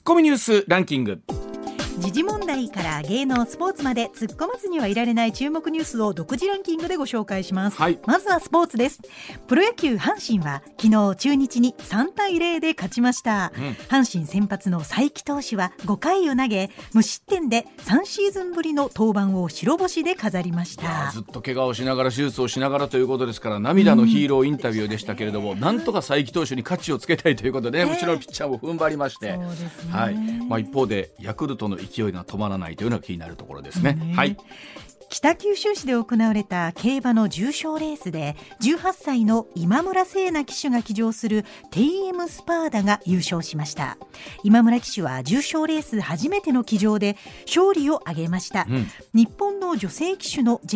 ッコミニュースランキング。 時事問題から芸能スポーツまで突っ込まずにはいられない注目ニュースを独自ランキングでご紹介します、まずはスポーツです。プロ野球阪神は昨日中日に3対0で勝ちました、阪神先発の才木投手は5回を投げ無失点で3シーズンぶりの登板を白星で飾りました。 ずっと怪我をしながら手術をしながらということですから涙のヒーローインタビューでしたけれども、なんとか才木投手に勝ちをつけたいということで、後ろのピッチャーも踏ん張りまして、 そうですね、 一方でヤクルトの勢いが止まらないというのが気になるところですね。 北九州市で行われた競馬の重賞レースで18歳の今村聖奈騎手が騎乗する TM スパーダが優勝しました。今村騎手は重賞レース初めての騎乗で勝利を挙げました、日本の女性騎手の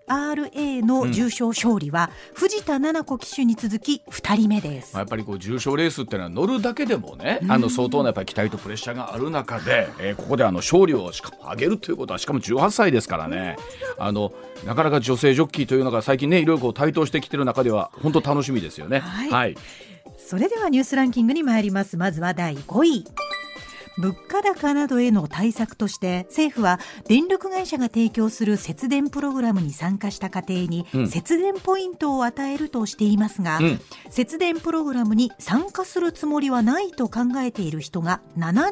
JRA の重賞勝利は藤田七子騎手に続き2人目です。 やっぱり重賞レースってのは乗るだけでもね、相当なやっぱり期待とプレッシャーがある中で、ここで勝利をしかも挙げるということは、しかも18歳ですからね、なかなか女性ジョッキーというのが最近ねいろいろ台頭してきている中では本当楽しみですよね。 それではニュースランキングに参ります。まずは第5位。物価高などへの対策として政府は電力会社が提供する節電プログラムに参加した家庭に節電ポイントを与えるとしていますが、節電プログラムに参加するつもりはないと考えている人が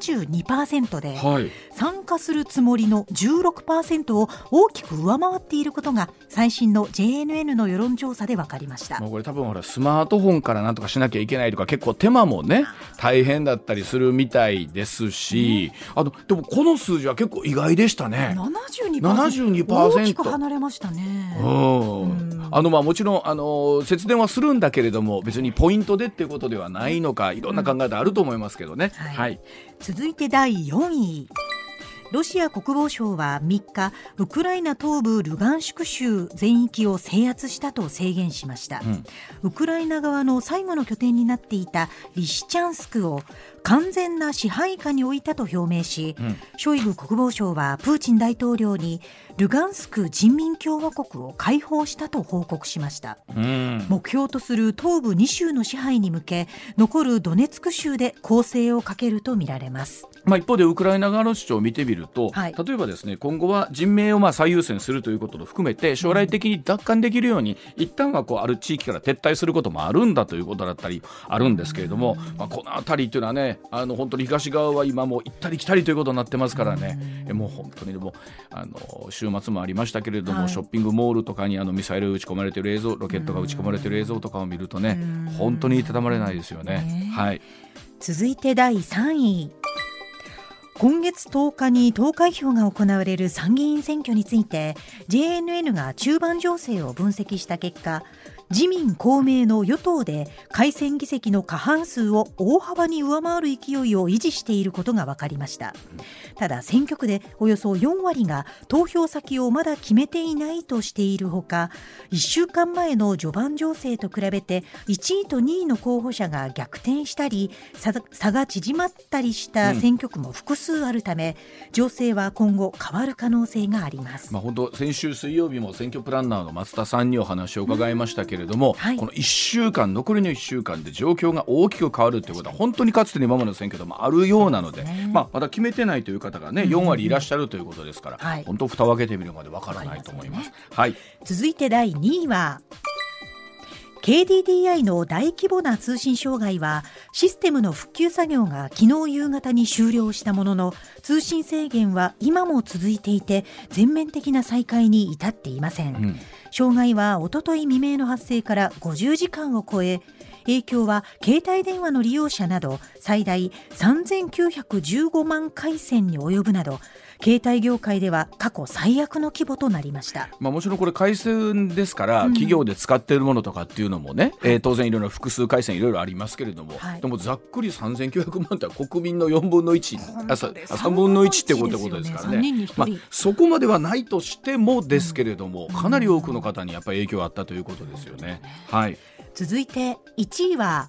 72% で、参加するつもりの 16% を大きく上回っていることが最新の JNN の世論調査で分かりました。 これ多分スマートフォンからなんとかしなきゃいけないとか結構手間もね大変だったりするみたいですし、でもこの数字は結構意外でしたね。 72% 大きく離れましたね。 もちろん節電はするんだけれども別にポイントでっていうことではないのか、いろんな考え方あると思いますけどね。 続いて第4位。ロシア国防省は3日ウクライナ東部ルガンシク州全域を制圧したと宣言しました、ウクライナ側の最後の拠点になっていたリシチャンスクを完全な支配下に置いたと表明し、ショイグ国防相はプーチン大統領にルガンスク人民共和国を解放したと報告しました、目標とする東部2州の支配に向け残るドネツク州で攻勢をかけるとみられます。 一方でウクライナ側の主張を見てみると、例えばですね、今後は人命を最優先するということを含めて将来的に奪還できるように一旦はある地域から撤退することもあるんだということだったりあるんですけれども、この辺りというのはね本当に東側は今も行ったり来たりということになってますからね、もう本当にでも週末もありましたけれども、ショッピングモールとかにミサイル打ち込まれている映像、ロケットが打ち込まれている映像とかを見るとね、本当にいたたまれないですよね。 続いて第3位。今月10日に投開票が行われる参議院選挙について JNN が中盤情勢を分析した結果、自民公明の与党で改選議席の過半数を大幅に上回る勢いを維持していることが分かりました。ただ選挙区でおよそ4割が投票先をまだ決めていないとしているほか、1週間前の序盤情勢と比べて1位と2位の候補者が逆転したり差が縮まったりした選挙区も複数あるため、情勢は今後変わる可能性があります。 本当先週水曜日も選挙プランナーの松田さんにお話を伺いましたけれども、この1週間残りの1週間で状況が大きく変わるということは本当にかつての今までの選挙でもあるようなので、まだ決めてないという方がね4割いらっしゃるということですから、本当蓋を開けてみるまでわからないと思います。 続いて第2位はKDDI の大規模な通信障害はシステムの復旧作業が昨日夕方に終了したものの、通信制限は今も続いていて全面的な再開に至っていません。障害はおととい未明の発生から50時間を超え、影響は携帯電話の利用者など最大3915万回線に及ぶなど、携帯業界では過去最悪の規模となりました。 もちろんこれ回線ですから、企業で使っているものとかっていうのもね、当然いろいろ複数回線いろいろありますけれども、でもざっくり3900万って国民の4分の1、3分の1ってことですからね。そこまではないとしてもですけれども、かなり多くの方にやっぱり影響があったということですよね。 続いて1位は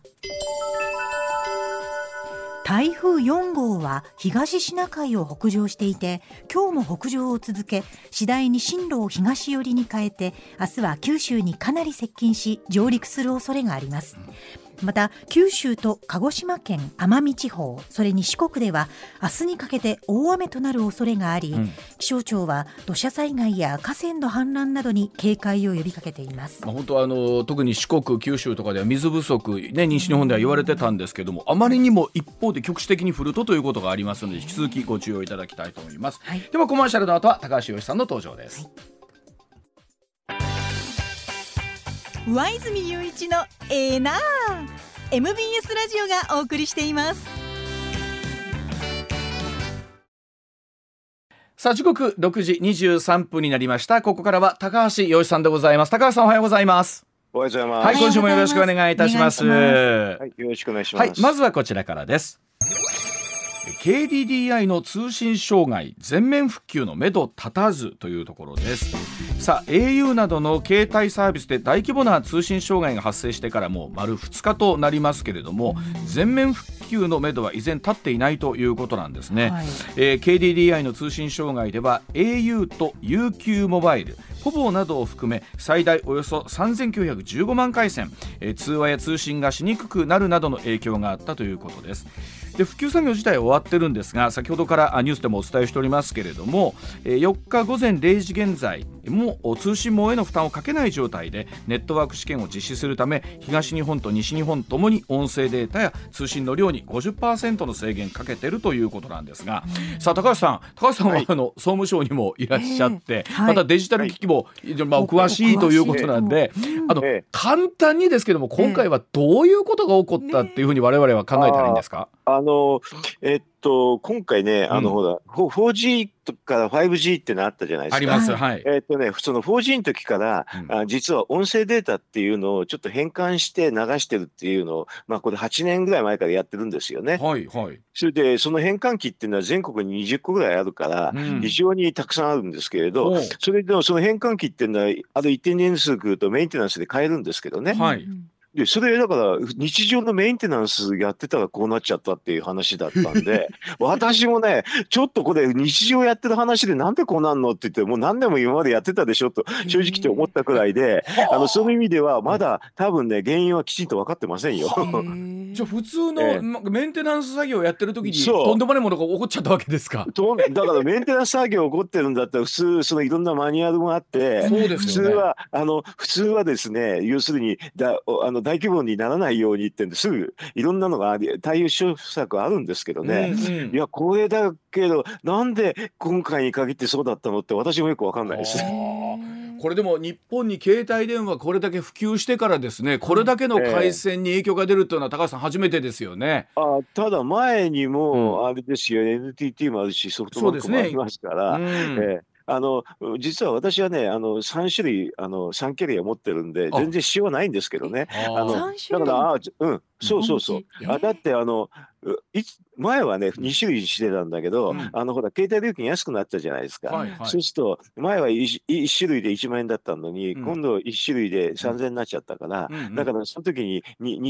台風4号は東シナ海を北上していて、今日も北上を続け次第に進路を東寄りに変えて明日は九州にかなり接近し上陸する恐れがあります。 また九州と鹿児島県奄美地方、それに四国では明日にかけて大雨となる恐れがあり、気象庁は土砂災害や河川の氾濫などに警戒を呼びかけています。 本当は特に四国九州とかでは水不足、西日本では言われてたんですけども、あまりにも一方で局地的に降るということがありますので、引き続きご注意いただきたいと思います、ではコマーシャルの後は高橋洋一さんの登場です、 上泉雄一のなMBS ラジオがお送りしています。 さあ時刻6時23分になりました。ここからは高橋洋一さんでございます。高橋さん、おはようございます。 おはようございます。 はい、今週もよろしくお願いいたします。 はい、よろしくお願いします。 まずはこちらからです。KDDI の通信障害全面復旧のめど立たずというところです。さあ au などの携帯サービスで大規模な通信障害が発生してからもう丸2日となりますけれども、全面復旧のめどは依然立っていないということなんですね、KDDI の通信障害では au と UQ モバイル、ポボなどを含め最大およそ3915万回線、通話や通信がしにくくなるなどの影響があったということです。で復旧作業自体は終わってるんですが、先ほどからニュースでもお伝えしておりますけれども、4日午前0時現在も通信網への負担をかけない状態でネットワーク試験を実施するため、東日本と西日本ともに音声データや通信の量に 50% の制限かけてるということなんですが、さあ高橋さんは総務省にもいらっしゃって、またデジタル機器も、お詳しいということなんで、簡単にですけども、今回はどういうことが起こったっていうふうに我々は考えたらいいんですか？ 今回ね、ほら 4G から 5G ってのあったじゃないですか。 あります。はい。 その 4G の時から、実は音声データっていうのをちょっと変換して流してるっていうのを、これ8年ぐらい前からやってるんですよね。 はいはい。 それでその変換器っていうのは全国に20個ぐらいあるから、非常にたくさんあるんですけれど、それでもその変換器っていうのは一定年数来るとメンテナンスで変えるんですけどね。はい。で、それだから日常のメンテナンスやってたらこうなっちゃったっていう話だったんで、私もね、ちょっとこれ日常やってる話でなんでこうなんのって言って、もう何年も今までやってたでしょと正直って思ったくらいで、そういう意味ではまだ多分ね、原因はきちんと分かってませんよ。 じゃあ普通のメンテナンス作業をやってる時にとんでもないものが起こっちゃったわけですか？ だからメンテナンス作業起こってるんだったら普通そのいろんなマニュアルもあって、普通はですね、要するに大規模にならないようにってんですぐいろんなのが対応策あるんですけどね、いやこれだけどなんで今回に限ってそうだったのって私もよく分かんないです。 これでも日本に携帯電話これだけ普及してからですね、これだけの回線に影響が出るというのは高橋さん初めてですよね。 ただ前にもあれですよ、NTT もあるしソフトバンクもありますから、実は私はね3種類3キャリア持ってるんで全然使用はないんですけどね。だからそうだって前はね2種類してたんだけど、ほら携帯料金安くなったじゃないですか。そうすると前は1種類で1万円だったのに、今度1種類で3000円になっちゃったから、だからその時に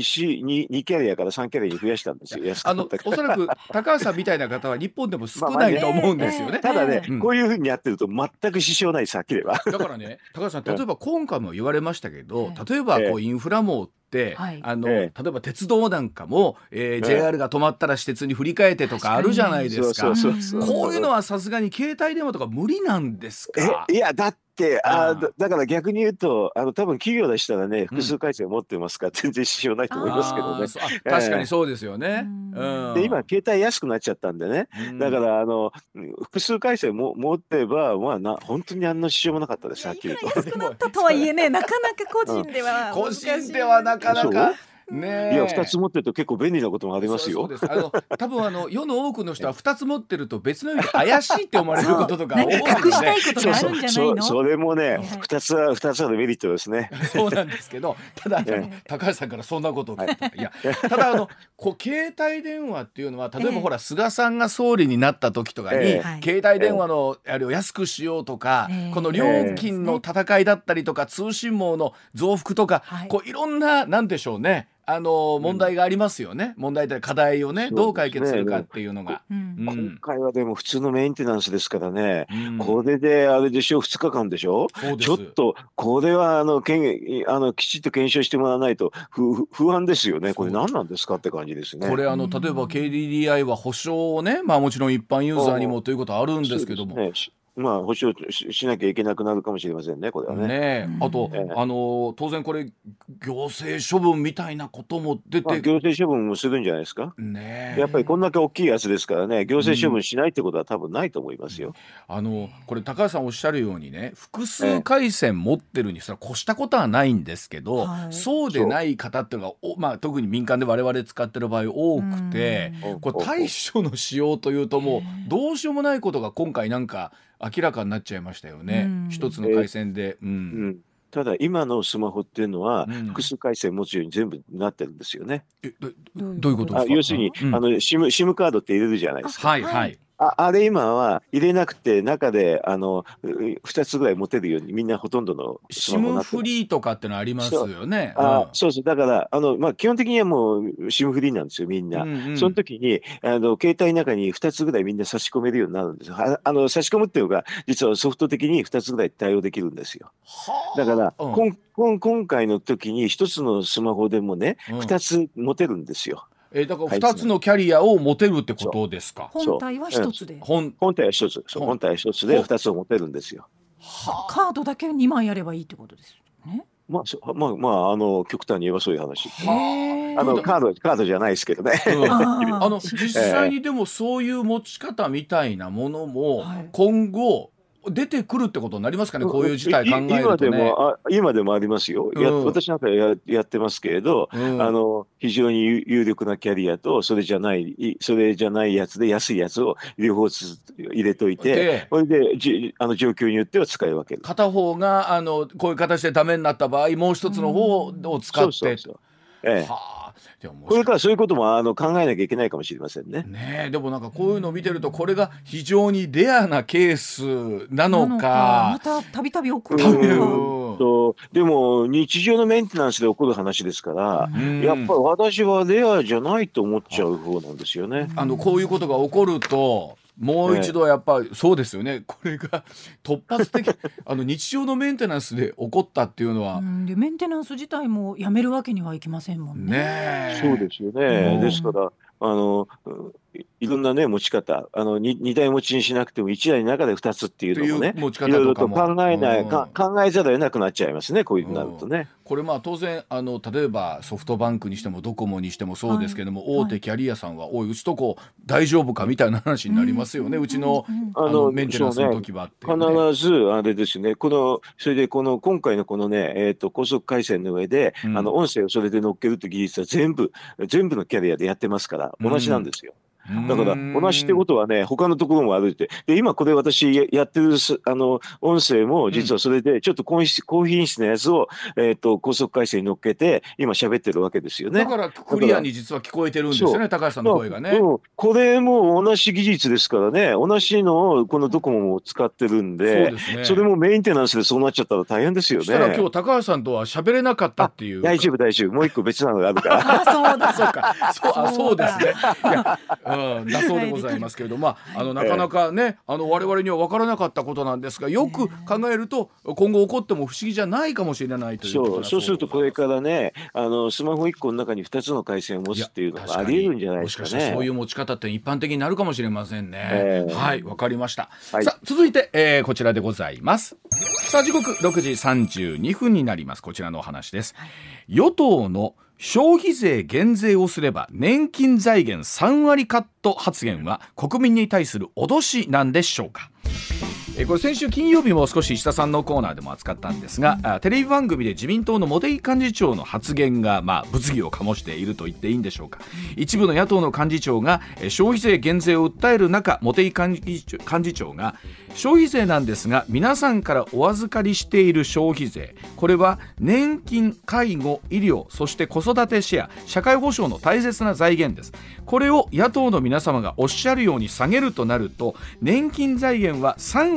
2キャリアから3キャリアに増やしたんですよ。安くなったから。 おそらく高橋さんみたいな方は日本でも少ないと思うんですよね。 ただね、こういうふうにやってると全く支障ないです、はっきり言えば。 だからね、高橋さん、例えば今回も言われましたけど、例えばインフラ網例えば鉄道なんかも、JR が止まったら私鉄に振り替えてとかあるじゃないですか。こういうのはさすがに携帯電話とか無理なんですか？ いやだってだから逆に言うと多分企業でしたらね、複数回線持ってますから全然支障ないと思いますけどね。 確かにそうですよね。 で今携帯安くなっちゃったんでね、だから複数回線も持ってば本当に何の支障もなかったです。はっきりと安くなったとはいえね、なかなか個人では個人ではなかなかね、いや2つ持ってると結構便利なこともありますよ。 多分世の多くの人は2つ持ってると別の意味で怪しいって思われることとか多いので、 隠したいことがあるんじゃないの？ それもね2つあるメリットですね。 そうなんですけど、ただ高橋さんからそんなことを聞いた、いやただ携帯電話っていうのは例えばほら菅さんが総理になった時とかに携帯電話のあれを安くしようとか、この料金の戦いだったりとか通信網の増幅とか、いろんななんでしょうね、 問題がありますよね。問題で課題をね、どう解決するかっていうのが、 今回はでも普通のメンテナンスですからね、これであれでしょ、2日間でしょ。ちょっとこれはきちっと検証してもらわないと不安ですよね。これ何なんですかって感じですね。 これ例えば KDDI は保証をね、もちろん一般ユーザーにもということはあるんですけども、 保証 しなきゃいけなくなるかもしれませんね、これはね。 あと、当然これ行政処分みたいなことも出て、 行政処分もするんじゃないですか。やっぱりこんだけ大きいやつですからね、行政処分しないってことは多分ないと思いますよ。 これ高橋さんおっしゃるようにね、複数回線持ってるにそれは越したことはないんですけど、そうでない方っていうのが特に民間で我々使ってる場合多くて、これ対処のしようというともうどうしようもないことが今回なんか明らかになっちゃいましたよね。一つの回線で、 ただ今のスマホっていうのは複数回線持つように全部なってるんですよね。 どういうことですか。 要するにSIM カードって入れるじゃないですか。あれ今は入れなくて中で2つぐらい持てるようにみんなほとんどのスマホになってます。SIM フリーとかってのありますよね。 そうだから基本的にはもう SIM フリーなんですよみんな。その時に携帯の中に2つぐらいみんな差し込めるようになるんですよ。差し込むっていうのが実はソフト的に2つぐらい対応できるんですよ。だから今回の時に1つのスマホでもね2つ持てるんですよ。 だから2つのキャリアを持てるってことですか。 本体は1つで。 本体は1つ。本体は1つで2つを持てるんですよ。 カードだけ2枚やればいいってことですね。 極端に言えばそういう話。カードじゃないですけどね。 実際にでもそういう持ち方みたいなものも今後出てくるってことになりますかね。こういう事態考えるとね。 今でもありますよ。私なんかやってますけれど、非常に有力なキャリアとそれじゃないやつで安いやつを両方入れといて、それで状況によっては使い分ける。 片方がこういう形でダメになった場合、もう一つの方を使って。 これからそういうことも考えなきゃいけないかもしれませんね。 でもなんかこういうのを見てるとこれが非常にレアなケースなのか、 またたびたび起こるでも日常のメンテナンスで起こる話ですから、やっぱり私はレアじゃないと思っちゃう方なんですよね。 こういうことが起こるともう一度やっぱりそうですよね。これが突発的日常のメンテナンスで起こったっていうのは、 でメンテナンス自体もやめるわけにはいきませんもんね。 そうですよね。ですからいろんなね持ち方2台持ちにしなくても1台の中で2つっていうのもね、いろいろと考えざるを得なくなっちゃいますね、こういうふうになるとね。 これ当然例えばソフトバンクにしてもドコモにしてもそうですけども、大手キャリアさんはうちとこ大丈夫かみたいな話になりますよね。うちのメンテナンスの時はっていうね。 必ずあれですね。それで今回のこのね高速回線の上で音声をそれで乗っけるって技術は全部のキャリアでやってますから同じなんですよ。だから同じってことはね他のところもあるって。で今これ私やってる音声も実はそれでちょっと高品質なやつを高速回線に乗っけて今喋ってるわけですよね。 だからクリアに実は聞こえてるんですよね、高橋さんの声がね。 これも同じ技術ですからね。同じのをこのドコモも使ってるんで、それもメンテナンスでそうなっちゃったら大変ですよね。 そしたら今日高橋さんとは喋れなかったっていう。 大丈夫もう一個別なのがあるからそうですね。だそうでございますけれど、なかなかね我々には分からなかったことなんですが、よく考えると今後起こっても不思議じゃないかもしれないということ。 そうするとこれからねスマホ1個の中に2つの回線を持つっていうのがありえるんじゃないですかね。 もしかしたらそういう持ち方って一般的になるかもしれませんね。はい、わかりました。さあ続いて、こちらでございます。さあ時刻6時32分になります。こちらのお話です。与党の消費税減税をすれば年金財源3割カット発言は国民に対する脅しなんでしょうか。これ先週金曜日も少し石田さんのコーナーでも扱ったんですが、テレビ番組で自民党の茂木幹事長の発言が物議を醸していると言っていいんでしょうか。一部の野党の幹事長が消費税減税を訴える中、茂木幹事長が消費税なんですが皆さんからお預かりしている消費税、これは年金、介護、医療、そして子育てシェア、社会保障の大切な財源です。これを野党の皆様がおっしゃるように下げるとなると年金財源は3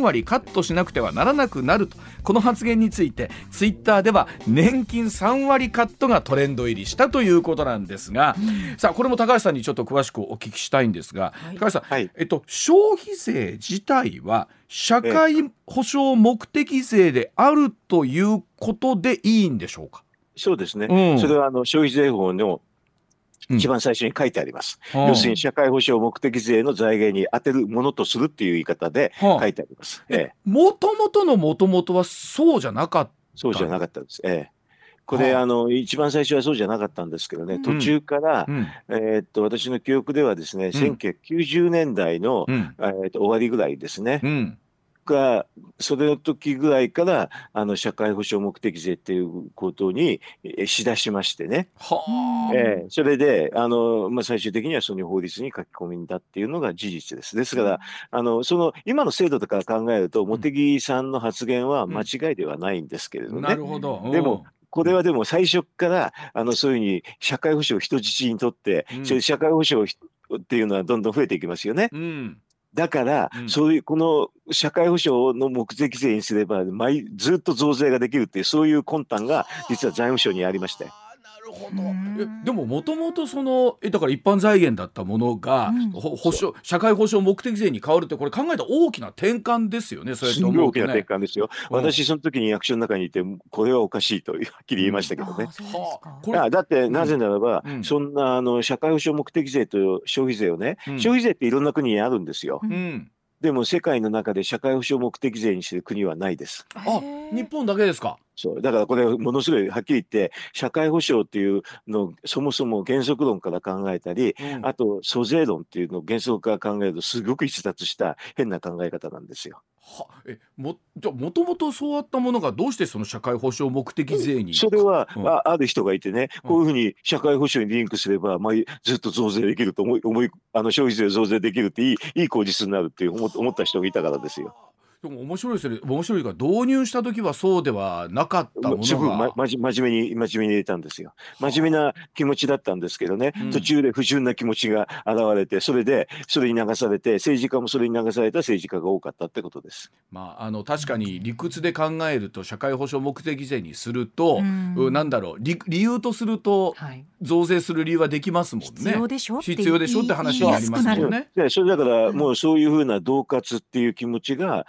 割カットしなくてはならなくなると、この発言についてツイッターでは年金3割カットがトレンド入りしたということなんですが、さあこれも高橋さんにちょっと詳しくお聞きしたいんですが、高橋さん、消費税自体は社会保障目的税であるということでいいんでしょうか？ そうですね、それは消費税法の一番最初に書いてあります、要するに社会保障目的税の財源に充てるものとするっていう言い方で書いてあります。 もともとのもともとはそうじゃなかった？ そうじゃなかったんです。これ一番最初はそうじゃなかったんですけどね、途中から、私の記憶ではですね、1990年代の、終わりぐらいですね、がそれの時ぐらいから社会保障目的税っていうことにしだしましてね、それで最終的にはその法律に書き込みんだっていうのが事実です。ですからその今の制度とか考えると茂木さんの発言は間違いではないんですけれどね、 なるほど。 でもこれはでも最初からそういうふうに社会保障を人質にとって、社会保障っていうのはどんどん増えていきますよね。だから、そういうこの社会保障の目的税にすればずっと増税ができるっていう、そういう魂胆が実は財務省にありまして。 なるほど。でももともとだから一般財源だったものが、社会保障目的税に変わるって、これ考えたら大きな転換ですよね。それと思うとね、 大きな転換ですよ。私その時に役所の中にいてこれはおかしいとはっきり言いましたけどね。だってなぜならば、そんな社会保障目的税と消費税をね、消費税っていろんな国にあるんですよ。でも世界の中で社会保障目的税にしてる国はないです。 日本だけですか？ そうだからこれものすごいはっきり言って社会保障っていうのをそもそも原則論から考えたり、あと租税論っていうのを原則から考えるとすごく逸脱した変な考え方なんですよ。 もともとそうあったものがどうしてその社会保障目的税に？ それは、ある人がいてね、こういうふうに社会保障にリンクすれば、ずっと増税できると消費税増税できるっていい口実になるって思った人がいたからですよ。 でも面白いですね。面白いが、導入した時はそうではなかったものがすごく真面目に入れたんですよ。真面目な気持ちだったんですけどね、途中で不純な気持ちが現れて、それに流されて、政治家もそれに流された政治家が多かったってことです。 確かに理屈で考えると社会保障目的税にすると、なんだろう、理由とすると、増税する理由はできますもんね。 必要でしょって話になりますよね。 それだからもうそういうふうな恫喝っていう気持ちが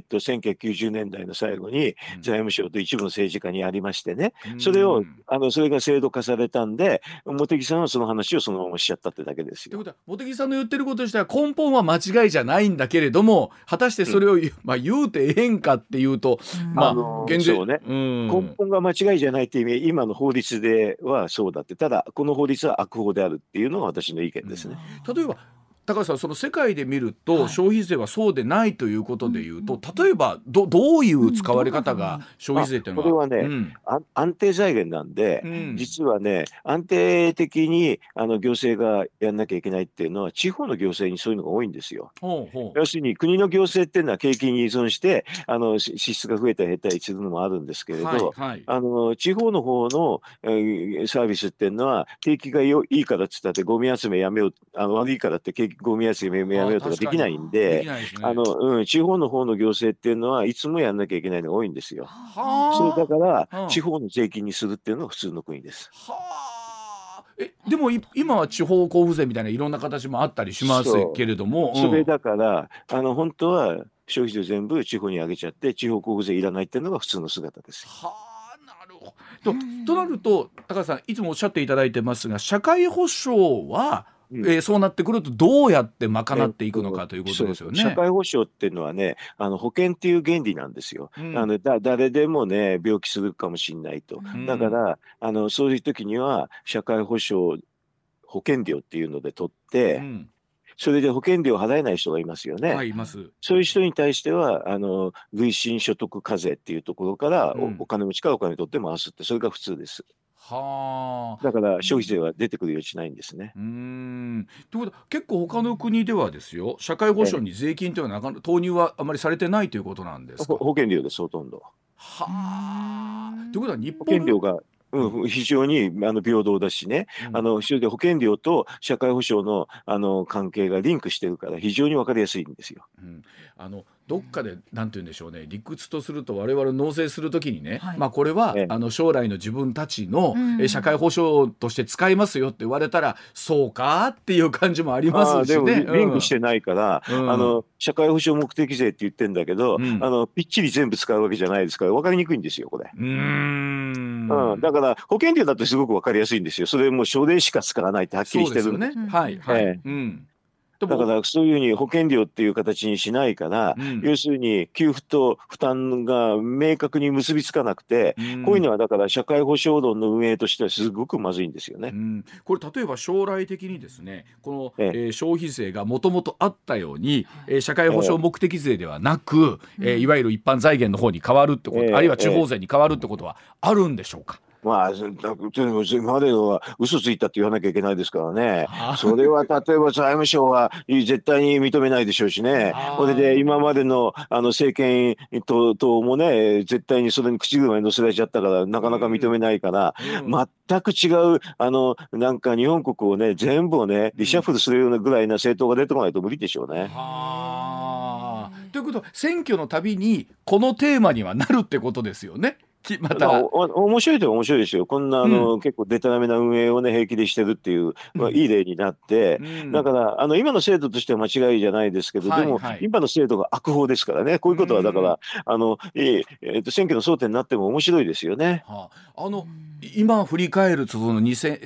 1990年代の最後に財務省と一部の政治家にありましてね、それが制度化されたんで、茂木さんはその話をそのまましちゃったってだけですよ。 ということは茂木さんの言ってることとしては根本は間違いじゃないんだけれども、果たしてそれを言うてええんかっていうと、 現状ね、根本が間違いじゃないっていう意味、今の法律ではそうだって、ただこの法律は悪法であるっていうのが私の意見ですね。 例えば高橋さん、その世界で見ると消費税はそうでないということでいうと、例えばどういう使われ方が消費税というのは？ これはね、安定財源なんで、実はね安定的に行政がやんなきゃいけないっていうのは地方の行政にそういうのが多いんですよ。要するに国の行政っていうのは景気に依存して支出が増えたり減ったりするのもあるんですけれど、地方の方の、サービスっていうのは景気がいいからっつったってゴミ集めやめよう、悪いからってゴミ集めやめようとかできないんで、地方の方の行政っていうのはいつもやんなきゃいけないのが多いんですよ。それだから地方の税金にするっていうのが普通の国です。 でも今は地方交付税みたいないろんな形もあったりしますけれども、 それだから本当は消費税全部地方に上げちゃって地方交付税いらないっていうのが普通の姿です。 なるほど。となると高橋さんいつもおっしゃっていただいてますが、社会保障はそうなってくるとどうやって賄っていくのかということですよね。 社会保障っていうのはね、保険っていう原理なんですよ。誰でもね病気するかもしれないと。だからそういう時には社会保障保険料っていうので取って、それで保険料を払えない人がいますよね。 います。 そういう人に対しては累進所得課税っていうところから、お金持ちからお金取って回すって、それが普通です。だから消費税は出てくる余地ないんですね。 ということは結構他の国ではですよ、社会保障に税金というのは投入はあまりされてないということなんですか？ 保険料です、ほとんど。 ということは日本保険料が非常に平等だしね、それで保険料と社会保障の関係がリンクしてるから非常に分かりやすいんですよ。 どっかでなんて言うんでしょうね、理屈とすると我々納税するときにね、これは将来の自分たちの社会保障として使いますよって言われたら、そうかっていう感じもありますしね。 でもリンクしてないから、社会保障目的税って言ってんだけど、ぴっちり全部使うわけじゃないですから分かりにくいんですよこれ。だから保険料だとすごく分かりやすいんですよ。それも書類しか使わないってはっきりしてるんで。だからそういうふうに保険料っていう形にしないから、要するに給付と負担が明確に結びつかなくて、こういうのはだから社会保障論の運営としてはすごくまずいんですよね。 これ例えば将来的にですね、この、消費税がもともとあったように、社会保障目的税ではなく、いわゆる一般財源の方に変わるってこと、あるいは地方税に変わるってことはあるんでしょうか。 今までのは嘘ついたって言わなきゃいけないですからね。それは例えば財務省は絶対に認めないでしょうしね。これで今までの政権党もね、絶対にそれに口車に乗せられちゃったからなかなか認めないから、全く違うなんか日本国をね、全部をねリシャッフルするようなぐらいな政党が出てこないと無理でしょうね。 ということは選挙のたびにこのテーマにはなるってことですよね。 面白いとは面白いですよ。こんな結構デタラメな運営をね平気でしてるっていう、いい例になって、だから今の制度としては間違いじゃないですけど、でも今の制度が悪法ですからね。こういうことはだから選挙の争点になっても面白いですよね。 今振り返るとその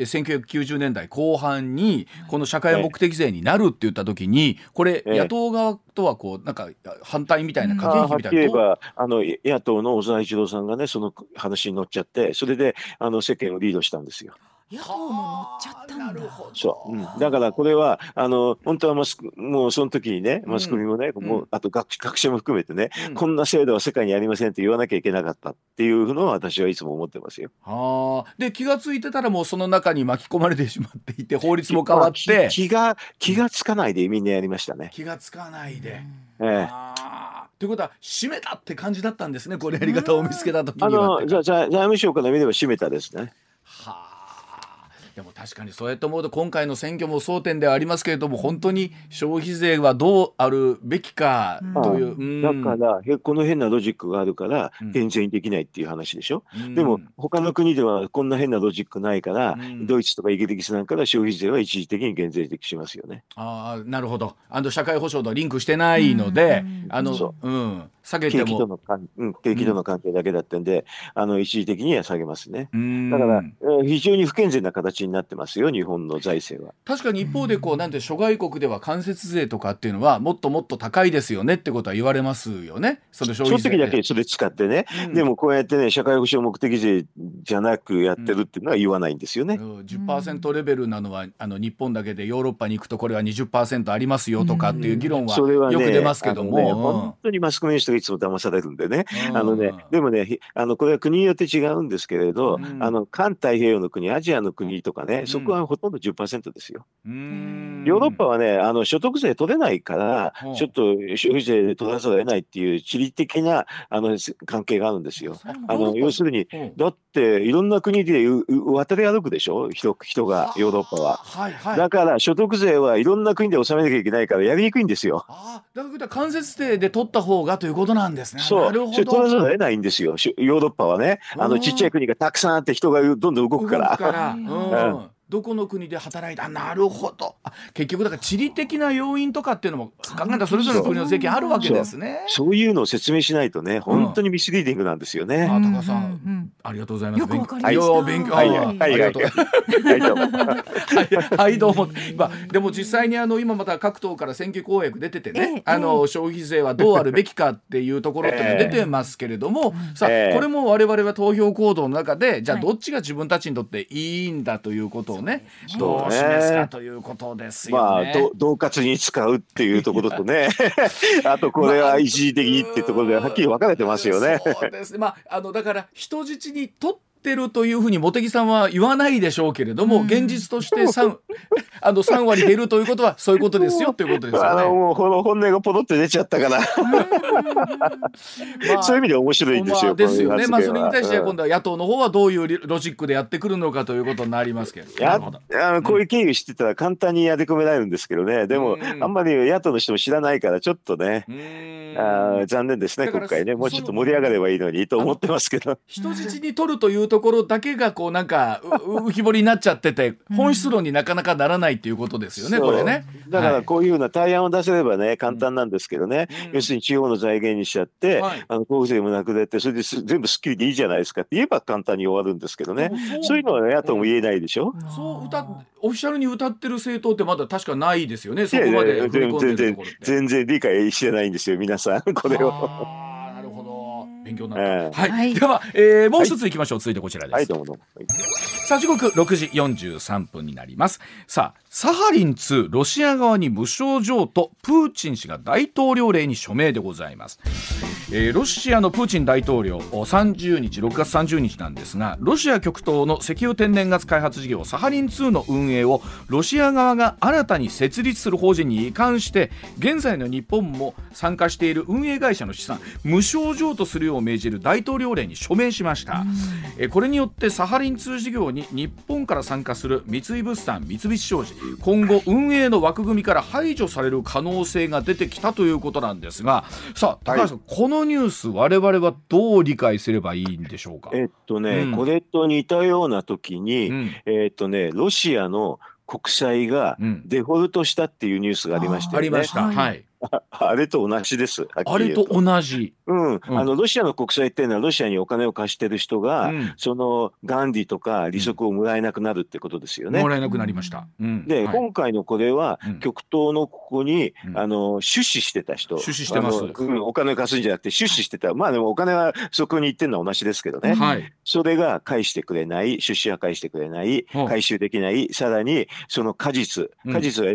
1990年代後半にこの社会目的税になるって言った時に、これ野党側とはこうなんか反対みたいな駆け引きみたいな。 言えば野党の小沢一郎さんがねその話に乗っちゃって、それで世間をリードしたんですよ。 野党も乗っちゃったんだ。 そう、だからこれは本当はもうその時にねマスコミもね、もうあと学者も含めてね、こんな制度は世界にありませんって言わなきゃいけなかったっていうのは私はいつも思ってますよ。 で気がついてたらもうその中に巻き込まれてしまっていて、法律も変わって気がつかないでみんなやりましたね。 気がつかないで。ということは締めたって感じだったんですね、これやり方を見つけた時には。 財務省から見れば締めたですね。 でも確かにそうやって思うと今回の選挙も争点ではありますけれども、本当に消費税はどうあるべきかという、 だからこの変なロジックがあるから減税にできないっていう話でしょ。でも他の国ではこんな変なロジックないから、ドイツとかイギリスなんかで消費税は一時的に減税しますよね。 なるほど。社会保障とはリンクしてないので、下げても景気との関係だけだったんで、一時的には下げますね。だから非常に不健全な形になってますよ、日本の財政は。 確かに一方でなんて諸外国では間接税とかっていうのはもっともっと高いですよねってことは言われますよね。 その時だけそれ使ってね、でもこうやってね社会保障目的税じゃなくやってるっていうのは言わないんですよね。 10% レベルなのは日本だけで、ヨーロッパに行くとこれは 20% ありますよとかっていう議論はよく出ますけども、 本当にマスコミの人がいつも騙されるんでね。でもねこれは国によって違うんですけれど、環太平洋の国、アジアの国とかね、そこはほとんど 10% ですよ。ヨーロッパはね所得税取れないからちょっと消費税取らざるを得ないっていう地理的な関係があるんですよ。要するにだっていろんな国で渡り歩くでしょ、人がヨーロッパは。だから所得税はいろんな国で納めなきゃいけないからやりにくいんですよ。 だから間接税で取った方がということなんですね。 そう、それ取らざるを得ないんですよ、ヨーロッパはね。ちっちゃい国がたくさんあって人がどんどん動くから。 どこの国で働いた。なるほど。結局だから地理的な要因とかっていうのも考えたらそれぞれの国の税金あるわけですね。 そういうのを説明しないとね、本当にミスリーディングなんですよね。 高さん、ありがとうございます。 よくわかりました。 勉強。ありがとう。はいどうも。でも実際に今また各党から選挙公約出ててね、消費税はどうあるべきかっていうところっていうの出てますけれども、さあこれも我々は投票行動の中でじゃあどっちが自分たちにとっていいんだということをね、どう示すかということですよね。 恫喝に使うっていうところとねあとこれは一時的にっていうところではっきり分かれてますよね。 そうですね。だから人質にとってってるというふうに茂木さんは言わないでしょうけれども、現実として 3割減るということはそういうことですよということですよね。 もうこの本音がポロって出ちゃったからそういう意味で面白いんですよ。 ですよね。それに対して今度は野党の方はどういうロジックでやってくるのかということになりますけど、 こういう経緯知ってたら簡単にやり込められるんですけどね。でもあんまり野党の人も知らないからちょっとね、残念ですね。今回ね、もうちょっと盛り上がればいいのにと思ってますけど、 人質に取るというところだけがこうなんか浮き彫りになっちゃってて、本質論になかなかならないっていうことですよね、これね。 だからこういうような対案を出せればね、簡単なんですけどね、要するに地方の財源にしちゃって、交付税もなくなって、それで全部すっきりでいいじゃないですかって言えば簡単に終わるんですけどね。そういうのは野党も言えないでしょ。 オフィシャルに歌ってる政党ってまだ確かないですよね。そこまで踏み込んでるところって。 全然理解してないんですよ、皆さんこれを。 なるほど、勉強になった。はい、では、もう一ついきましょう。続いてこちらです。 どうも。 さあ時刻6時43分になります。さあサハリン2ロシア側に無償譲渡、プーチン氏が大統領令に署名でございます。ロシアのプーチン大統領30日6月30日なんですが、ロシア極東の石油天然ガス開発事業サハリン2の運営をロシア側が新たに設立する法人に移管して、現在の日本も参加している運営会社の資産無償譲渡するよう命じる大統領令に署名しました。これによってサハリン2事業に日本から参加する三井物産、三菱商事、今後運営の枠組みから排除される可能性が出てきたということなんですが、さあ高橋さん、このニュース我々はどう理解すればいいんでしょうか。 これと似たような時に、ロシアの国債がデフォルトしたっていうニュースがありましたよね。 ありました。はい。 あれと同じです。 あれと同じ。 ロシアの国債っていうのはロシアにお金を貸してる人が、その元利とか利息をもらえなくなるってことですよね。 もらえなくなりました。 で、今回のこれは、極東のここに出資してた人、 出資してます。 お金を貸すんじゃなくて出資してた。まあでもお金はそこに行ってるのは同じですけどね。それが返してくれない、出資は返してくれない、回収できない、さらにその果実は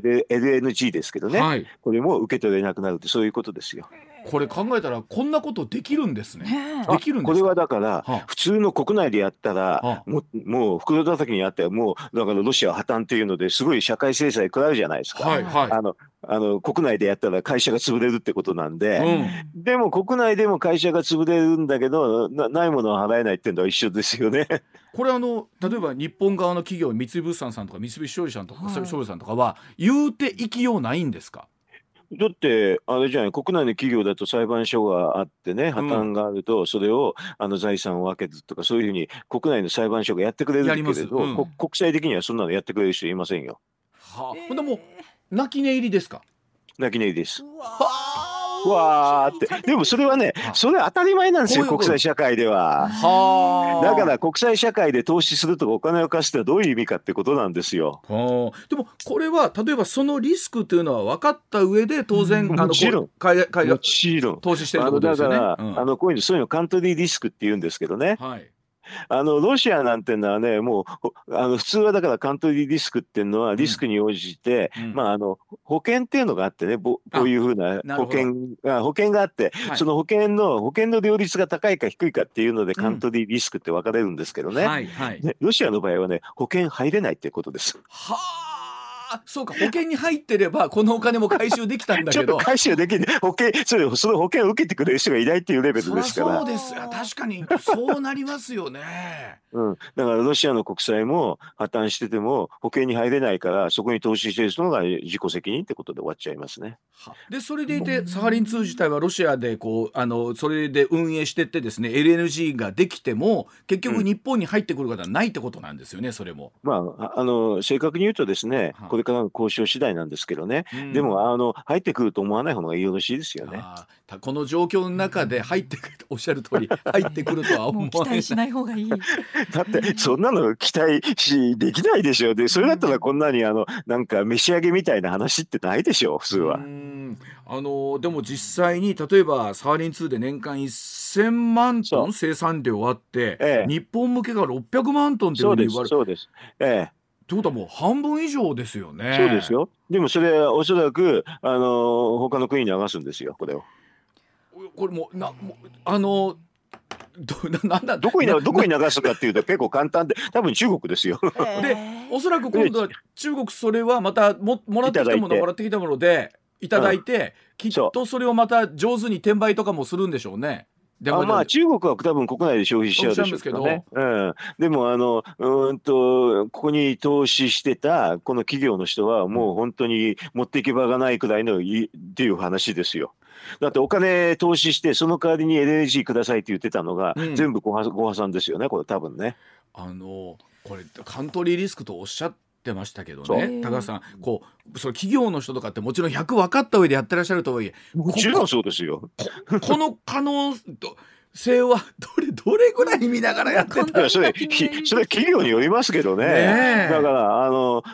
LNG ですけどね、これも受け取れなくなるって、そういうことですよ。 これ考えたらこんなことできるんですね。できるんですか。 これはだから普通の国内でやったらもう袋叩きにあってもうだからロシアは破綻っていうのですごい社会制裁食らうじゃないですか。国内でやったら会社が潰れるってことなんで、でも国内でも会社が潰れるんだけどないものは払えないっていうのは一緒ですよね。 これ例えば日本側の企業、三井物産さんとか三菱商事さんとか商事さんとかは言うていきようないんですか。 だってあれじゃない、国内の企業だと裁判所があってね、破綻があるとそれを財産を分けるとか、そういうふうに国内の裁判所がやってくれるけれど、国際的にはそんなのやってくれる人いませんよ。 でも泣き寝入りですか。 泣き寝入りです。わーって。でもそれはね、それ当たり前なんですよ、国際社会では。だから国際社会で投資するとかお金を貸すってのはどういう意味かってことなんですよ。 でもこれは例えばそのリスクというのは分かった上で当然もちろん海外もちろん投資してるってことですよね。 だからこういうのカントリーリスクって言うんですけどね。ロシアなんていうのはね、もう普通はだからカントリーリスクっていうのはリスクに応じて、保険っていうのがあってね、こういうふうな保険があって、その保険の両立が高いか低いかっていうのでカントリーリスクって分かれるんですけどね。ロシアの場合はね、保険入れないっていうことです。 そうか、保険に入ってればこのお金も回収できたんだけどちょっと回収できない、その保険を受けてくれる人がいないっていうレベルですから。 そうですよ、確かにそうなりますよね。 だからロシアの国債も破綻してても保険に入れないから、そこに投資している人が自己責任ってことで終わっちゃいますね。 でそれでいてサハリン2自体はロシアでそれで運営してってですね、 LNG ができても結局日本に入ってくることはないってことなんですよね。それも正確に言うとですね、これからの交渉次第なんですけどね、でも入ってくると思わない方がよろしいですよね。 この状況の中で入ってくるとおっしゃる通り入ってくるとは思わない。 期待しない方がいい。 だってそんなの期待できないでしょ。でそれだったらこんなになんか召し上げみたいな話ってないでしょ普通は。 でも実際に例えばサハリン2で年間1000万トン生産量あって、日本向けが600万トンっていうふうに言われる。 そうです。 ってことはもう半分以上ですよね。 そうですよ。でもそれはおそらく他の国に流すんですよ、これを。 これもどこに流すかっていうと結構簡単で、多分中国ですよ。 でおそらく今度は中国、それはまたもらってきたものでいただいて、きっとそれをまた上手に転売とかもするんでしょうね。 まあ中国は多分国内で消費しちゃうでしょうけどね。でもここに投資してたこの企業の人はもう本当に持っていき場がないくらいのっていう話ですよ。だってお金投資してその代わりに LNG くださいって言ってたのが、全部ご破産ですよね、これ多分ね。 これカントリーリスクとおっしゃってましたけどね、高橋さん、その企業の人とかってもちろん100分かった上でやってらっしゃるとはいえ、 もちろんそうですよ。 この可能性はどれぐらい見ながらやってたんそれ企業によりますけどね。だから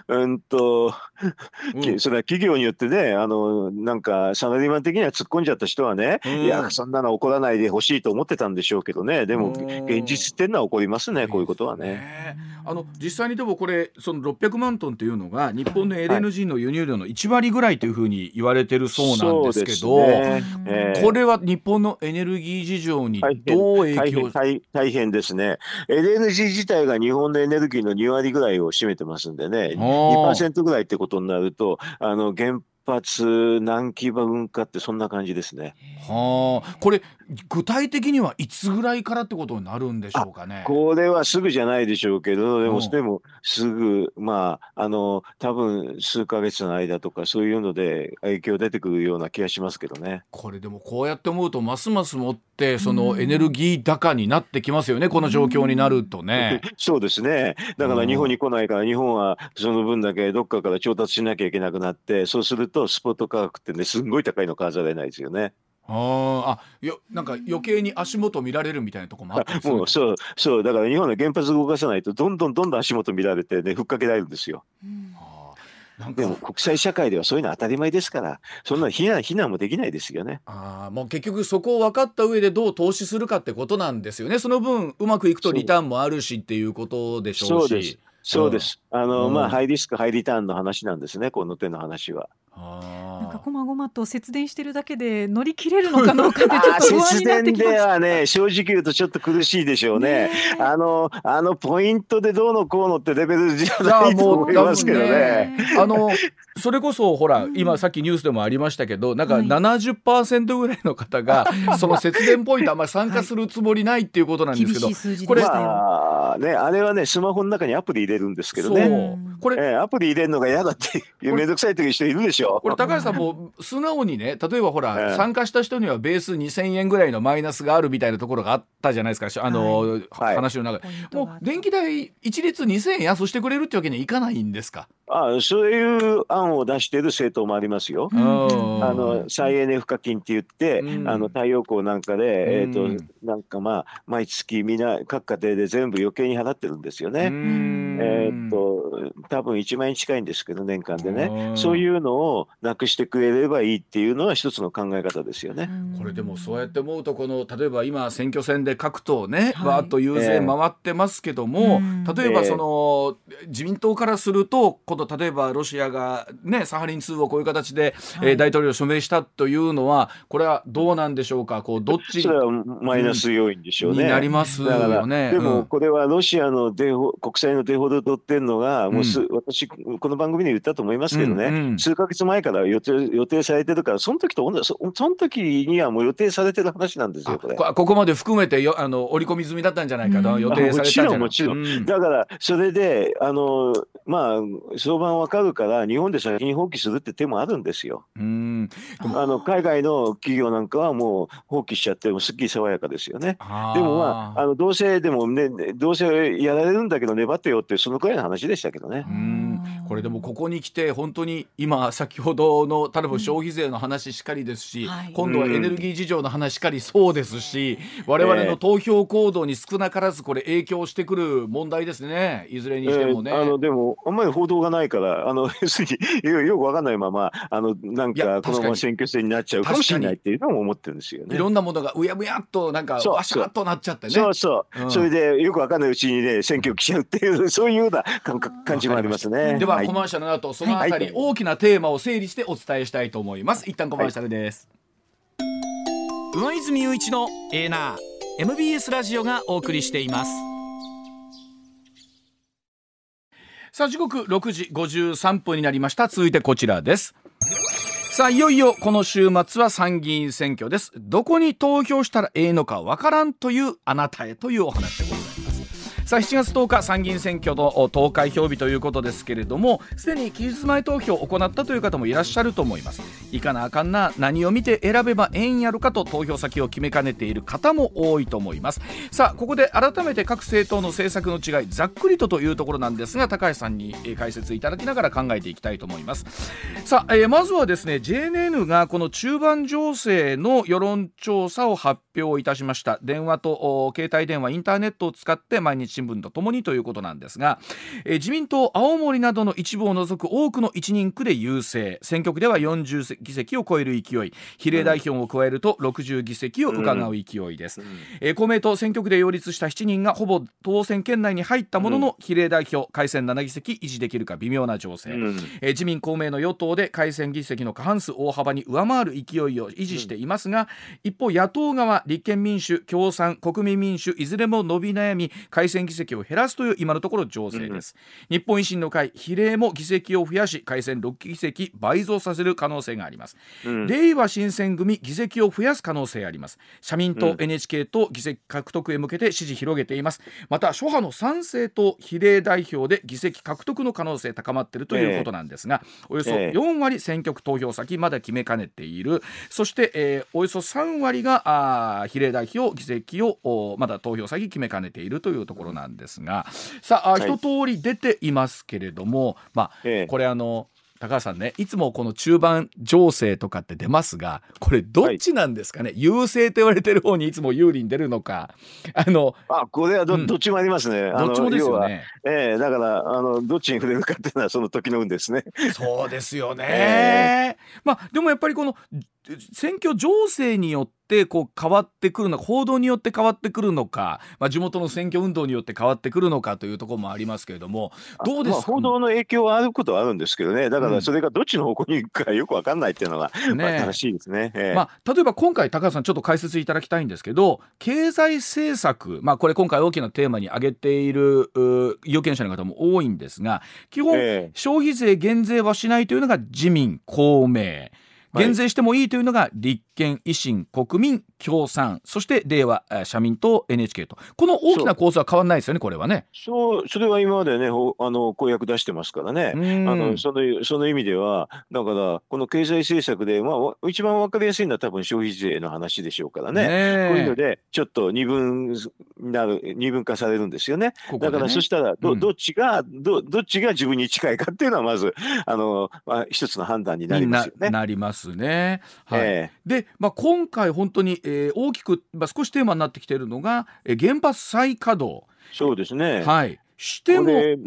それは企業によってね、なんかサラリーマン的には突っ込んじゃった人はね、いやそんなの起こらないでほしいと思ってたんでしょうけどね。でも現実っていうのは起こりますね、こういうことはね。 実際にでもこれその600万トンというのが日本の LNG の輸入量の1割ぐらいというふうに言われてるそうなんですけど、これは日本のエネルギー事情にどう影響？ 大変ですね。LNG 自体が日本のエネルギーの2割ぐらいを占めてますんでね、2% ぐらいってことになると、原発何基分かってそんな感じですね。 これ具体的にはいつぐらいからってことになるんでしょうかね。 これはすぐじゃないでしょうけど、でもすぐ多分数ヶ月の間とかそういうので影響出てくるような気がしますけどね。 これでもこうやって思うとますますもってそのエネルギー高になってきますよね、この状況になるとね。 そうですね。だから日本に来ないから日本はその分だけどっかから調達しなきゃいけなくなって、そうするとスポット価格ってねすんごい高いの買わざるを得ないですよね。 なんか余計に足元見られるみたいなところもあったりする。 もうそうだから日本の原発動かさないとどんどん足元見られてね、ふっかけられるんですよ。でも国際社会ではそういうの当たり前ですから、そんな非難もできないですよね。 もう結局そこを分かった上でどう投資するかってことなんですよね。その分うまくいくとリターンもあるしっていうことでしょうし。 そうです。ハイリスクハイリターンの話なんですね、この手の話は。 なんかこまごまと節電してるだけで乗り切れるのかどうかってちょっと不安になってきました。節電ではね、正直言うとちょっと苦しいでしょうね。ポイントでどうのこうのってレベルじゃないと思いますけどね。 それこそほら今さっきニュースでもありましたけど、なんか 70% ぐらいの方がその節電ポイントあんまり参加するつもりないっていうことなんですけど、 これあれはねスマホの中にアプリ入れるんですけどね。これアプリ入れるのが嫌だってめんどくさいという人いるでしょ。 これ高橋さんも素直にね、例えばほら、参加した人にはベース2000円ぐらいのマイナスがあるみたいなところがあったじゃないですか、話の中で。もう電気代一律2000円安してくれるってわけにはいかないんですか？ そういう案を出している政党もありますよ。再エネ賦課金って言って、太陽光なんかで、なんか毎月みんな各家庭で全部余計に払ってるんですよね。多分1万円近いんですけど年間でね、そういうのをなくしてくれればいいっていうのは一つの考え方ですよね。 これでもそうやって思うと、例えば今選挙戦で各党ね、わーっと遊説回ってますけども、例えばその自民党からすると例えばロシアがねサハリン2をこういう形で、大統領署名したというのはこれはどうなんでしょうか。どっちそれはマイナス要因でしょうね。 になりますよね。 でもこれはロシアの国債のデフォルトっていうのがもう私この番組で言ったと思いますけどね、数ヶ月前から予定されてるから、その時にはもう予定されてる話なんですよ。 ここまで含めて織り込み済みだったんじゃないかと予定されたんじゃないか。 もちろん、だからそれで相場わかるから日本で先に放棄するって手もあるんですよ。海外の企業なんかはもう放棄しちゃってもすっきり爽やかですよね。でもどうせやられるんだけど粘ってよってそのくらいの話でしたけどね。 これでもここに来て本当に今先ほどの例えば消費税の話しかりですし、今度はエネルギー事情の話しかりそうですし、我々の投票行動に少なからずこれ影響してくる問題ですね、いずれにしてもね。 でもあんまり報道がないから要するによく分かんないままなんかこのまま選挙戦になっちゃうかもしれないっていうのも思ってるんですよね。 いろんなものがうやむやっとなんかわしゃっとなっちゃってね。 それでよく分かんないうちにね選挙来ちゃうっていうそういうような感じもありますね。 ではコマーシャルの後そのあたり大きなテーマを整理してお伝えしたいと思います。一旦コマーシャルです。 上泉雄一のエーナー MBS ラジオがお送りしています。さあ時刻6時53分になりました。続いてこちらです。さあいよいよこの週末は参議院選挙です。どこに投票したらええのかわからんというあなたへというお話でございます。さあ7月10日参議院選挙の投開票日ということですけれども、すでに期日前投票を行ったという方もいらっしゃると思います。いかなあかんな、何を見て選べばええんやるかと投票先を決めかねている方も多いと思います。さあここで改めて各政党の政策の違いざっくりというところなんですが、高橋さんに解説いただきながら考えていきたいと思います。さあ、まずはですね JNN がこの中盤情勢の世論調査を発表いたしました。電話と携帯電話インターネットを使って毎日新聞とともにということなんですが、自民党青森などの一部を除く多くの一人区で優勢、選挙区では40議席を超える勢い、比例代表を加えると60議席を伺う勢いです。公明党選挙区で擁立した7人がほぼ当選圏内に入ったものの、比例代表改選7議席維持できるか微妙な情勢、自民公明の与党で改選議席の過半数大幅に上回る勢いを維持していますが、一方野党側立憲民主共産国民民主いずれも伸び悩み改選議席を減らすという今のところ情勢です。日本維新の会比例も議席を増やし改選6議席倍増させる可能性があります。れいわ新選組議席を増やす可能性あります。社民党、NHK と議席獲得へ向けて支持広げています。また諸派の参政党比例代表で議席獲得の可能性高まっているということなんですが、およそ4割選挙区投票先まだ決めかねている。そして、およそ3割が比例代表議席をまだ投票先決めかねているというところなんですが、さあ、一通り出ていますけれども、これ高橋さんね、いつもこの中盤情勢とかって出ますが、これどっちなんですかね、優勢と言われてる方にいつも有利に出るのか。 これはどっちもありますね。 どっちもですよね。 だからどっちに触れるかっていうのはその時の運ですね。 そうですよね。でもやっぱりこの選挙情勢によってこう変わってくるのか、報道によって変わってくるのか、地元の選挙運動によって変わってくるのかというところもありますけれども、どうですか。 報道の影響はあることはあるんですけどね。だからそれがどっちの方向に行くかよく分かんないっていうのが楽しいですね。 例えば今回高橋さんちょっと解説いただきたいんですけど、経済政策、これ今回大きなテーマに挙げている有権者の方も多いんですが、基本、消費税減税はしないというのが自民公明、減税してもいいというのが立憲維新国民共産、そしてれいわ社民党 NHK と、この大きな構図は変わらないですよね、これはね。 それは今までね公約出してますからね。その意味ではだからこの経済政策で、一番分かりやすいのは多分消費税の話でしょうからね。こういうのでちょっと二分化されるんですよね。だからそしたらどっちが自分に近いかっていうのはまず一つの判断になりますよね。 なりますね。で、今回本当に、大きく、少しテーマになってきているのが、原発再稼働。 そうですね。 しても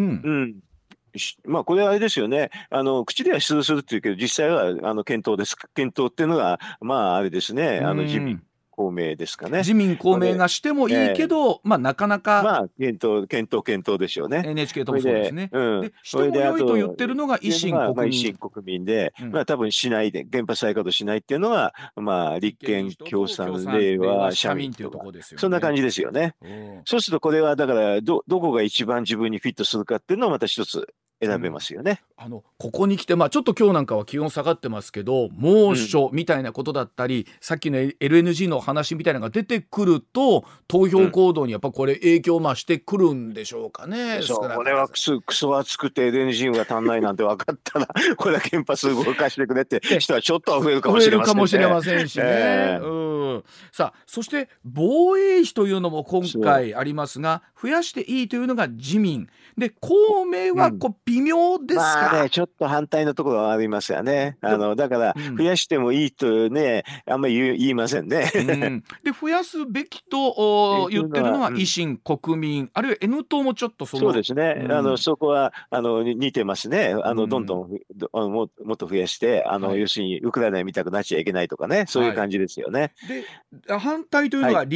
これはあれですよね。口では出動するっていうけど実際は検討です。検討っていうのがあれですね。自民公明ですかね。 自民公明がしてもいいけど、なかなか検討でしょうね。 NHK ともそうですね。でしても良いと言ってるのが維新国民で、多分しないで原発再稼働しないっていうのが立憲共産れいわ社民というところですよね。そんな感じですよね。そうするとこれはだからどこが一番自分にフィットするかっていうのをまた一つ選べますよね。 ここに来て、ちょっと今日なんかは気温下がってますけど、猛暑みたいなことだったり、さっきの LNG の話みたいなのが出てくると投票行動にやっぱこれ影響してくるんでしょうかね。 これはクソ暑くて LNG が足んないなんて分かったらこれは原発動かしてくれって人はちょっとは増えるかもしれませんしね。さあそして防衛費というのも今回ありますが、増やしていいというのが自民で、公明は微妙ですか。 ちょっと反対のところはありますよね。だから増やしてもいいとね、あんまり言いませんね。 で増やすべきと言ってるのは維新国民、あるいは N 党もちょっとそうですね。そこは似てますね。どんどんもっと増やして、要するにウクライナみたくなっちゃいけないとかね、そういう感じですよね。 で反対というのは立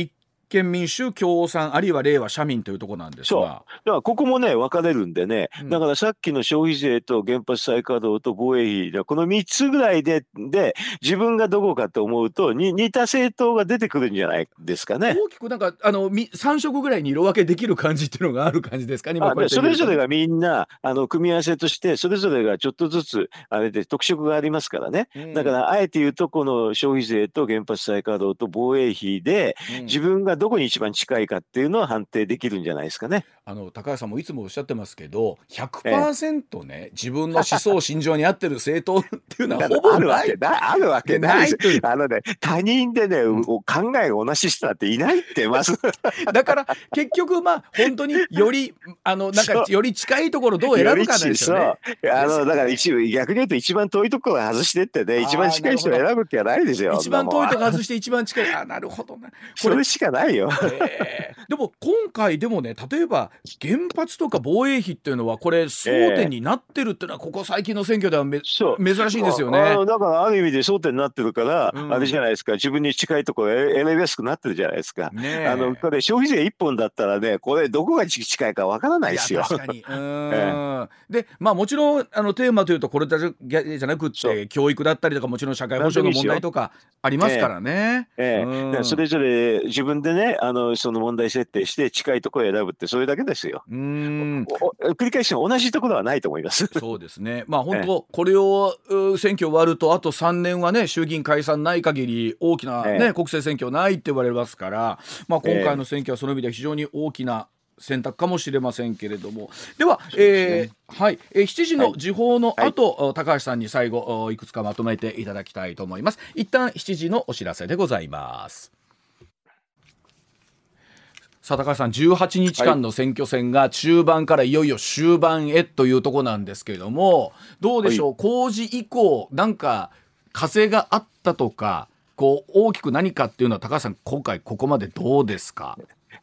憲民主共産あるいはれいわ社民というところなんですが、 だからここもね分かれるんでね、だからさっきの消費税と原発再稼働と防衛費、この3つぐらいで自分がどこかと思うと似た政党が出てくるんじゃないですかね。 大きくなんか3色ぐらいに色分けできる感じっていうのがある感じですかね。 それぞれがみんな組み合わせとしてそれぞれがちょっとずつあれで特色がありますからね、だからあえて言うとこの消費税と原発再稼働と防衛費で自分がどこに一番近いかっていうのは判定できるんじゃないですかね。 高橋さんもいつもおっしゃってますけど 100% ね、自分の思想心情に合ってる政党っていうのはほぼないあるわけないです。他人でね、考えが同じ人っていないってまずだから結局本当によりなんかより近いところどう選ぶかなんですよね。 だから逆に言うと一番遠いところを外してってね、一番近い人を選ぶ気はないですよ。 一番遠いところ外して一番近いなるほどね、 それしかないよ。 でも今回でもね、例えば原発とか防衛費っていうのはこれ争点になってるっていうのはここ最近の選挙では珍しいですよね。 だからある意味で争点になってるから、あれじゃないですか、自分に近いところ選びやすくなってるじゃないですか。これ消費税1本だったらね、これどこが近いかわからないですよ。 確かにでもちろんテーマというとこれだけじゃなくって教育だったりとかもちろん社会保障の問題とかありますからね。 それぞれ自分でねその問題設定して近いところを選ぶってそれだけですよ。繰り返しても同じところはないと思います。 そうですね。本当これを選挙終わるとあと3年はね衆議院解散ない限り大きなね国政選挙ないって言われますから、今回の選挙はその意味では非常に大きな選択かもしれませんけれども、では7時の時報の後、高橋さんに最後いくつかまとめていただきたいと思います。一旦7時のお知らせでございます。さあ高橋さん、18日間の選挙戦が中盤からいよいよ終盤へというところなんですけれども、どうでしょう、公示以降なんか風があったとか大きく何かっていうのは高橋さん今回ここまでどうですか？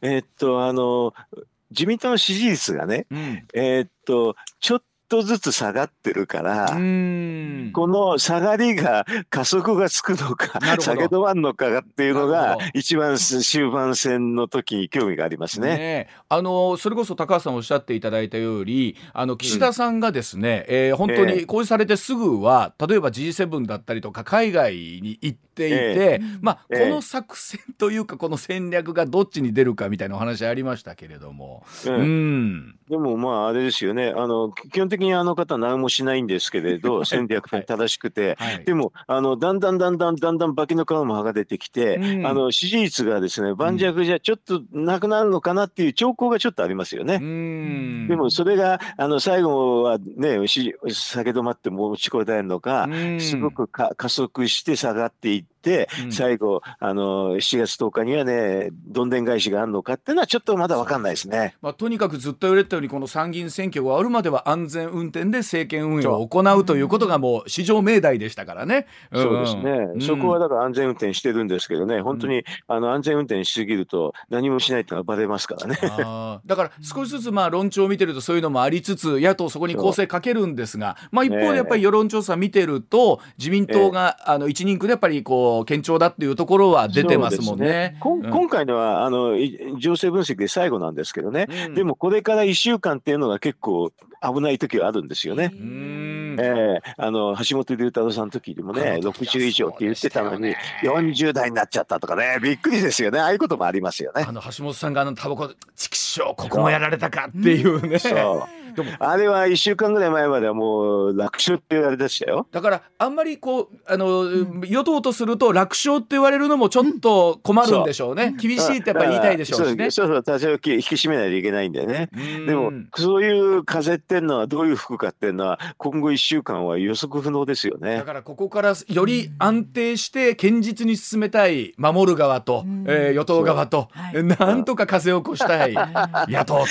自民党の支持率がね、ちょっとずつ下がってるから、この下がりが加速がつくのか下げ止まるのかっていうのが一番終盤戦の時に興味がありますね。 それこそ高橋さんおっしゃっていただいたより岸田さんがですね、本当に公示されてすぐは例えば G7 だったりとか海外に行っていて、この作戦というかこの戦略がどっちに出るかみたいなお話ありましたけれども、 でもあれですよね、基本的にあの方は何もしないんですけれど戦略が正しくて、でもだんだん化けの皮も剥がれてきて、支持率がですね盤石じゃちょっとなくなるのかなっていう兆候がちょっとありますよね。でもそれが最後はね下げ止まって持ちこたえるのか、すごく加速して下がっていって最後7月10日にはねどんでん返しがあるのかっていうのはちょっとまだ分かんないですね。 とにかくずっと言われたようにこの参議院選挙が終わるまでは安全運転で政権運営を行うということがもう至上命題でしたからね。 そうですね、そこはだから安全運転してるんですけどね、本当に安全運転しすぎると何もしないってのがバレますからね。 だから少しずつ論調を見てるとそういうのもありつつ野党そこに攻勢かけるんですが、一方でやっぱり世論調査見てると自民党が1人区でやっぱり堅調だっていうところは出てますもんね。 今回のは情勢分析で最後なんですけどね、でもこれから1週間っていうのが結構危ない時はあるんですよね。橋本龍太郎さんの時でもね60以上って言ってたのに40代になっちゃったとかね、びっくりですよね。ああいうこともありますよね。 橋本さんがタバコチキショーここもやられたかっていうね、 でもあれは1週間ぐらい前まではもう楽勝って言われてましたよ。 だからあんまり与党とすると楽勝って言われるのもちょっと困るんでしょうね。厳しいってやっぱり言いたいでしょうしね。 そう多少引き締めないといけないんだよね。でもそういう風っていうのはどういう吹くかっていうのは今後1週間は予測不能ですよね。 だからここからより安定して堅実に進めたい守る側と、与党側と、なんとか風を起こしたい野党と。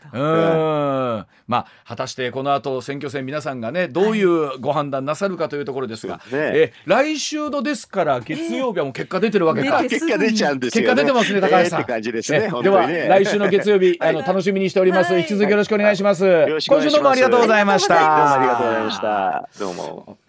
果たしてこの後選挙戦皆さんがねどういうご判断なさるかというところですが、来週のですから月曜日はもう結果出てるわけか。 結果出ちゃうんですよね。 結果出てますね高橋さん。 って感じですね。 では来週の月曜日楽しみにしております。引き続きよろしくお願いします。今週どうもありがとうございました。 どうもありがとうございました。どうも。